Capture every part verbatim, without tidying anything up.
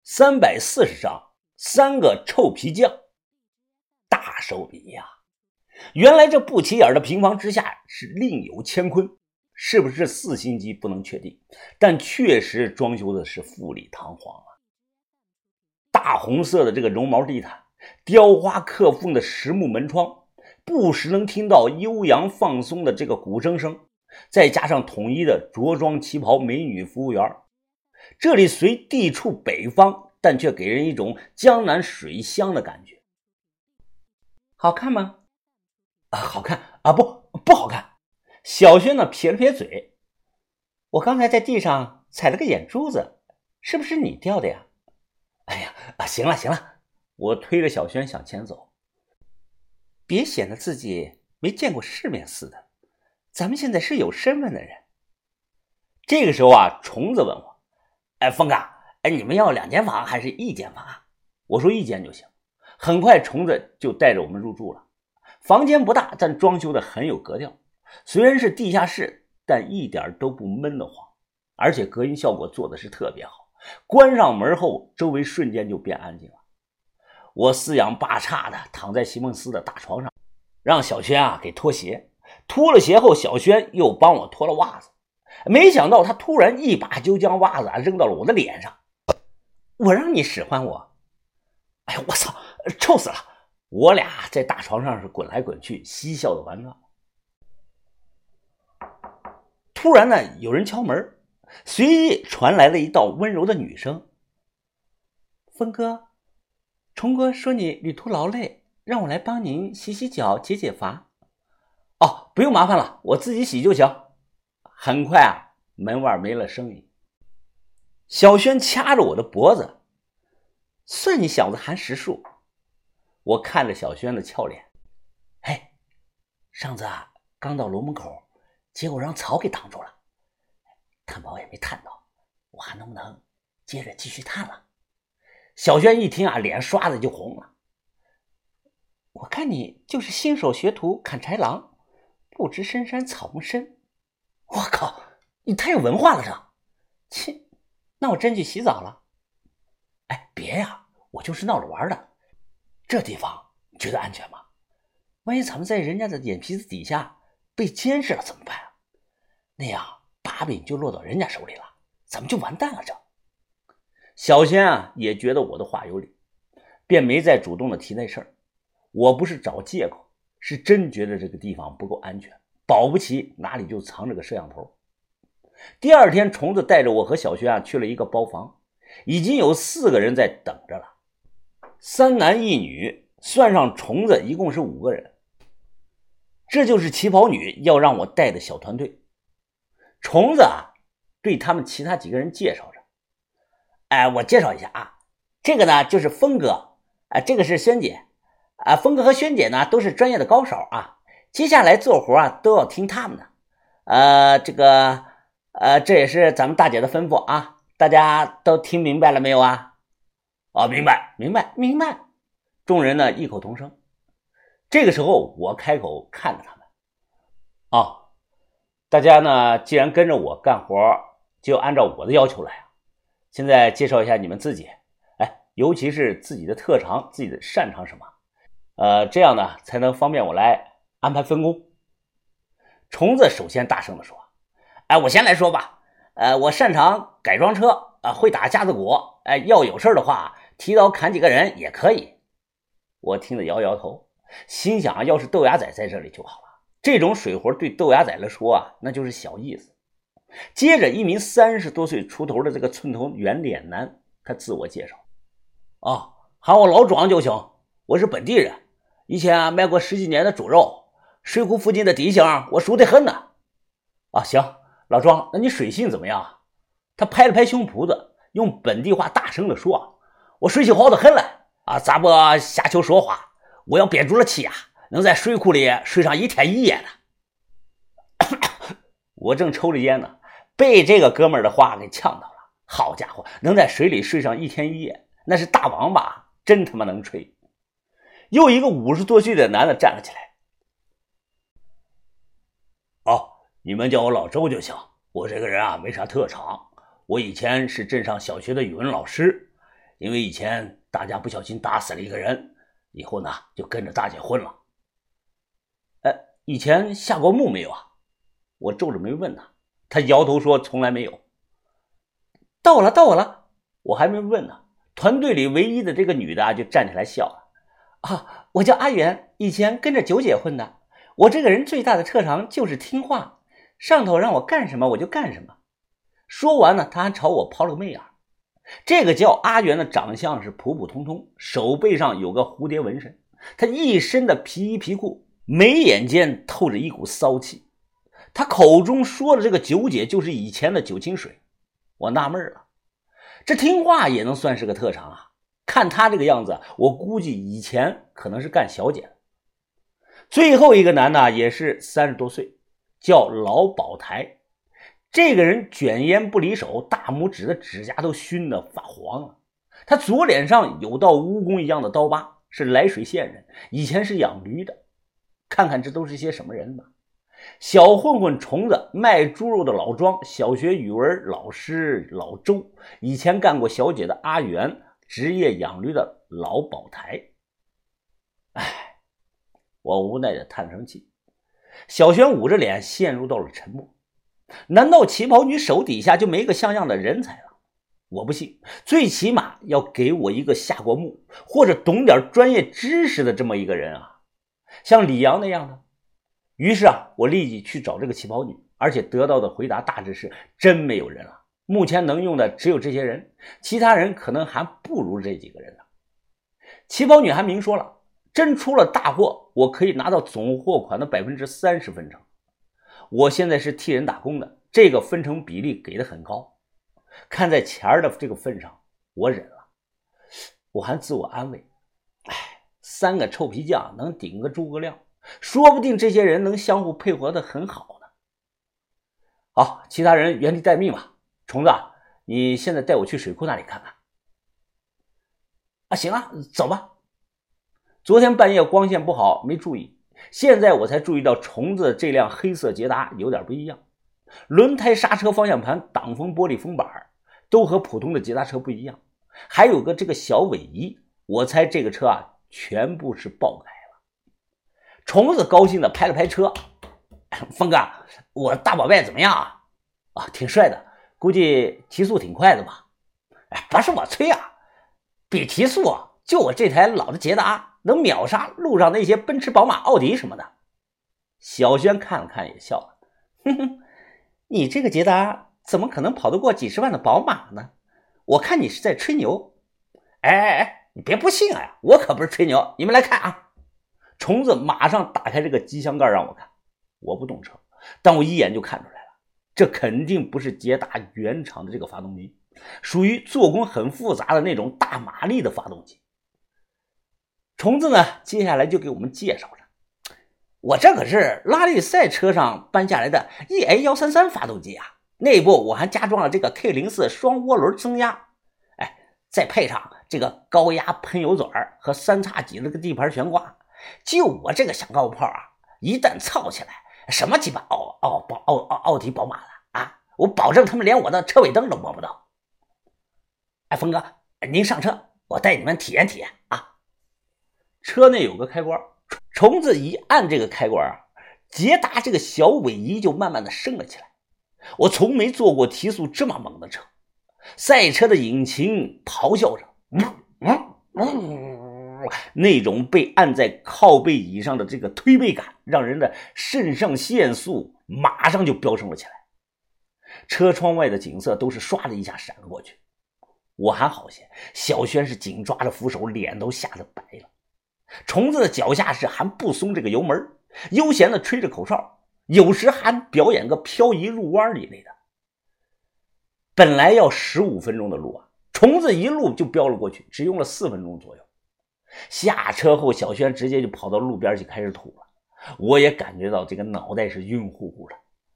三百四十张，三个臭皮匠。大手笔呀！原来这不起眼的平房之下是另有乾坤，是不是四星级不能确定，但确实装修的是富丽堂皇啊。大红色的这个绒毛地毯，雕花刻凤的实木门窗，不时能听到悠扬放松的这个鼓声声，再加上统一的着装旗袍美女服务员，这里虽地处北方，但却给人一种江南水乡的感觉。好看吗？啊，好看啊，不不好看。小轩呢撇了撇嘴，我刚才在地上踩了个眼珠子，是不是你掉的呀？哎呀，啊，行了行了，我推着小轩向前走。别显得自己没见过世面似的，咱们现在是有身份的人。这个时候啊，虫子问我，哎，峰哥，哎，你们要两间房还是一间房啊？我说一间就行。很快虫子就带着我们入住了。房间不大，但装修的很有格调。虽然是地下室，但一点都不闷得慌，而且隔音效果做的是特别好。关上门后，周围瞬间就变安静了。我四仰八叉的躺在席梦思的大床上，让小轩啊给脱鞋。脱了鞋后，小轩又帮我脱了袜子。没想到他突然一把就将袜子啊扔到了我的脸上。我让你使唤我？哎呀，我操，臭死了！我俩在大床上是滚来滚去，嬉笑的玩闹。突然呢，有人敲门，随即传来了一道温柔的女声：“峰哥，虫哥说你旅途劳累，让我来帮您洗洗脚，解解乏。”哦，不用麻烦了，我自己洗就行。很快啊，门外没了声音。小轩掐着我的脖子，算你小子含实数。我看着小轩的俏脸，嘿，上次啊刚到楼门口，结果让草给挡住了，探宝也没探到，我还能不能接着继续探了？小轩一听啊，脸刷的就红了。我看你就是新手学徒砍柴郎，不知深山草木深。我靠，你太有文化了这！切，那我真去洗澡了。哎，别呀，我就是闹着玩的。这地方你觉得安全吗？万一咱们在人家的眼皮子底下被监视了怎么办啊？那样把柄就落到人家手里了，咱们就完蛋了这。小轩啊也觉得我的话有理，便没再主动的提那事儿。我不是找借口，是真觉得这个地方不够安全，保不齐哪里就藏着个摄像头。第二天，虫子带着我和小轩啊去了一个包房，已经有四个人在等着了，三男一女，算上虫子一共是五个人。这就是旗袍女要让我带的小团队。虫子啊对他们其他几个人介绍着，哎，我介绍一下啊，这个呢就是峰哥，啊，这个是轩姐，啊，峰哥和轩姐呢都是专业的高手啊，接下来做活啊都要听他们的。呃，这个，呃，这也是咱们大姐的吩咐啊，大家都听明白了没有啊？啊，明白，明白，明白。众人呢异口同声。这个时候，我开口看着他们，啊，大家呢既然跟着我干活，就按照我的要求来啊。现在介绍一下你们自己，哎，尤其是自己的特长，自己的擅长什么，呃，这样呢才能方便我来安排分工。虫子首先大声地说：“哎，我先来说吧，呃，我擅长改装车，啊、呃，会打架子鼓，哎、呃，要有事的话，提刀砍几个人也可以。”我听着摇摇头，心想啊，要是豆芽仔在这里就好了。这种水活对豆芽仔来说啊，那就是小意思。接着，一名三十多岁出头的这个寸头圆脸男，他自我介绍：“哦，喊我老庄就行，我是本地人，以前啊卖过十几年的猪肉，水库附近的地形我熟得很呢。”啊，行，老庄，那你水性怎么样？他拍了拍胸脯子，用本地话大声地说：“我水性好得很了啊！咋不瞎球说话？我要憋住了气啊，能在水库里睡上一天一夜呢。”我正抽着烟呢，被这个哥们儿的话给呛到了。好家伙，能在水里睡上一天一夜，那是大王八，真他妈能吹。又一个五十多岁的男的站了起来：“哦，你们叫我老周就行。我这个人啊，没啥特长。我以前是镇上小学的语文老师， 因为以前大家不小心打死了一个人，以后呢就跟着大姐混了。呃，以前下过墓没有啊？我皱着眉问他，他摇头说从来没有。到我了，到我了，我还没问呢，团队里唯一的这个女的啊就站起来笑了。啊，我叫阿元，以前跟着九姐混的。我这个人最大的特长就是听话，上头让我干什么我就干什么。说完呢，他还朝我抛了个媚眼。这个叫阿元的长相是普普通通，手背上有个蝴蝶纹身，他一身的皮衣皮裤，眉眼间透着一股骚气。他口中说的这个九姐就是以前的九清水。我纳闷了，这听话也能算是个特长啊？看他这个样子，我估计以前可能是干小姐的。最后一个男的也是三十多岁，叫老宝台。这个人卷烟不离手，大拇指的指甲都熏得发黄了。他左脸上有道蜈蚣一样的刀疤，是涞水县人，以前是养驴的。看看这都是些什么人吧。小混混虫子，卖猪肉的老庄，小学语文老师老周，以前干过小姐的阿元，职业养驴的老宝台。唉，我无奈的叹声气。小轩捂着脸陷入到了沉默。难道旗袍女手底下就没个像样的人才了？我不信，最起码要给我一个下过墓或者懂点专业知识的这么一个人啊，像李阳那样的。于是啊，我立即去找这个旗袍女，而且得到的回答大致是真没有人了，目前能用的只有这些人，其他人可能还不如这几个人了。旗袍女还明说了，真出了大祸，我可以拿到总货款的 百分之三十 分成。我现在是替人打工的，这个分成比例给的很高，看在钱儿的这个份上，我忍了。我还自我安慰，哎，三个臭皮匠能顶个诸葛亮，说不定这些人能相互配合的很好呢。好，其他人原地待命吧。虫子，你现在带我去水库那里看看。啊，行啊，走吧。昨天半夜光线不好，没注意，现在我才注意到虫子这辆黑色捷达有点不一样，轮胎、刹车、方向盘、挡风玻璃、风板都和普通的捷达车不一样，还有个这个小尾翼，我猜这个车啊全部是爆改了。虫子高兴的拍了拍车，峰哥，我大宝贝怎么样啊？啊，挺帅的，估计提速挺快的吧？哎，不是我吹啊，比提速就我这台老的捷达能秒杀路上那些奔驰、宝马、奥迪什么的。小轩看了看也笑了，哼哼，你这个捷达怎么可能跑得过几十万的宝马呢？我看你是在吹牛。哎哎哎，你别不信啊，我可不是吹牛，你们来看啊。虫子马上打开这个机箱盖让我看。我不懂车，但我一眼就看出来了，这肯定不是捷达原厂的这个发动机，属于做工很复杂的那种大马力的发动机。虫子呢，接下来就给我们介绍着，我这可是拉力赛车上搬下来的 E A 一三三 发动机啊，内部我还加装了这个 K 零四 双涡轮增压，哎，再配上这个高压喷油嘴和三叉戟的个地盘悬挂，就我这个小高炮啊，一旦操起来，什么鸡巴奥奥奥奥奥奥迪宝马了啊，我保证他们连我的车尾灯都摸不到。哎，峰哥，您上车，我带你们体验体验啊。车内有个开关，虫子一按这个开关啊，捷达这个小尾翼就慢慢的升了起来。我从没坐过提速这么猛的车，赛车的引擎咆哮着，嗯嗯嗯，那种被按在靠背椅上的这个推背感，让人的肾上腺素马上就飙升了起来。车窗外的景色都是唰的一下闪了过去。我还好些，小轩是紧抓着扶手，脸都吓得白了。虫子的脚下是还不松这个油门，悠闲的吹着口哨，有时还表演个漂移入弯一类的。本来要十五分钟的路啊，虫子一路就飙了过去，只用了四分钟左右。下车后，小轩直接就跑到路边去开始吐了，我也感觉到这个脑袋是晕乎乎的。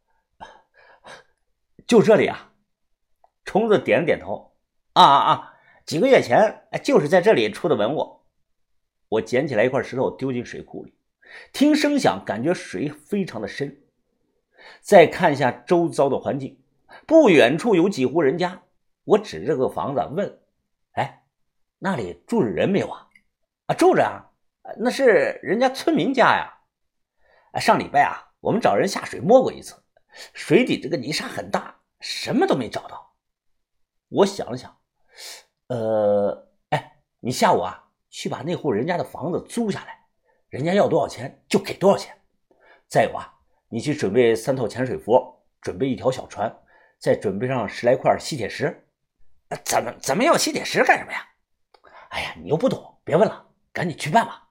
就这里啊？虫子点了点头。啊啊啊！几个月前就是在这里出的文物。我捡起来一块石头丢进水库里，听声响感觉水非常的深。再看一下周遭的环境，不远处有几户人家。我指着个房子问，哎， 那里住着人没有啊？啊，住着啊，那是人家村民家呀。啊，上礼拜啊，我们找人下水摸过一次，水底这个泥沙很大，什么都没找到。我想了想，呃，哎，你下午啊，去把那户人家的房子租下来，人家要多少钱就给多少钱。再有啊，你去准备三套潜水服，准备一条小船，再准备上十来块吸铁石。怎么怎么要吸铁石干什么呀？哎呀，你又不懂，别问了，赶紧去办吧。